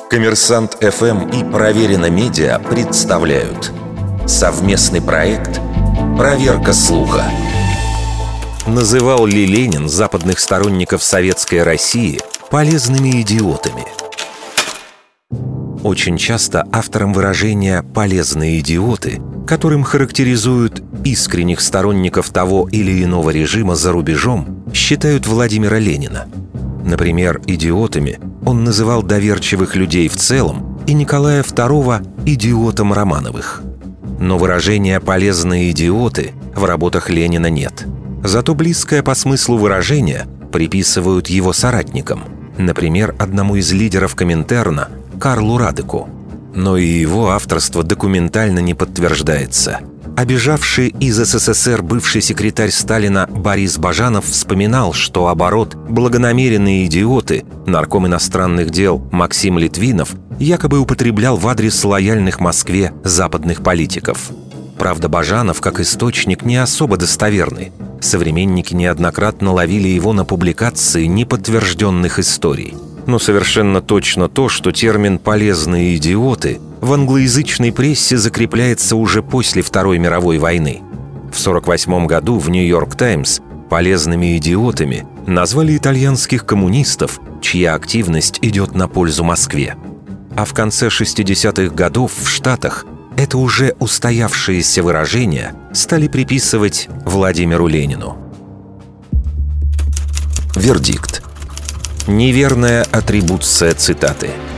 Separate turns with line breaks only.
Коммерсант ФМ и Проверено Медиа представляют совместный проект «Проверка слуха». Называл ли Ленин западных сторонников Советской России полезными идиотами? Очень часто автором выражения «полезные идиоты», которым характеризуют искренних сторонников того или иного режима за рубежом, считают Владимира Ленина. Например, идиотами он называл доверчивых людей в целом и Николая II идиотом Романовых. Но выражения «полезные идиоты» в работах Ленина нет. Зато близкое по смыслу выражение приписывают его соратникам, например, одному из лидеров Коминтерна Карлу Радеку. Но и его авторство документально не подтверждается. Обижавший из СССР бывший секретарь Сталина Борис Бажанов вспоминал, что оборот «благонамеренные идиоты» нарком иностранных дел Максим Литвинов якобы употреблял в адрес лояльных Москве западных политиков. Правда, Бажанов, как источник, не особо достоверный. Современники неоднократно ловили его на публикации неподтвержденных историй. Но совершенно точно то, что термин «полезные идиоты» в англоязычной прессе закрепляется уже после Второй мировой войны. В 1948 году в «Нью-Йорк Таймс» полезными идиотами назвали итальянских коммунистов, чья активность идет на пользу Москве. А в конце 60-х годов в Штатах это уже устоявшиеся выражения стали приписывать Владимиру Ленину. Вердикт. Неверная атрибуция цитаты.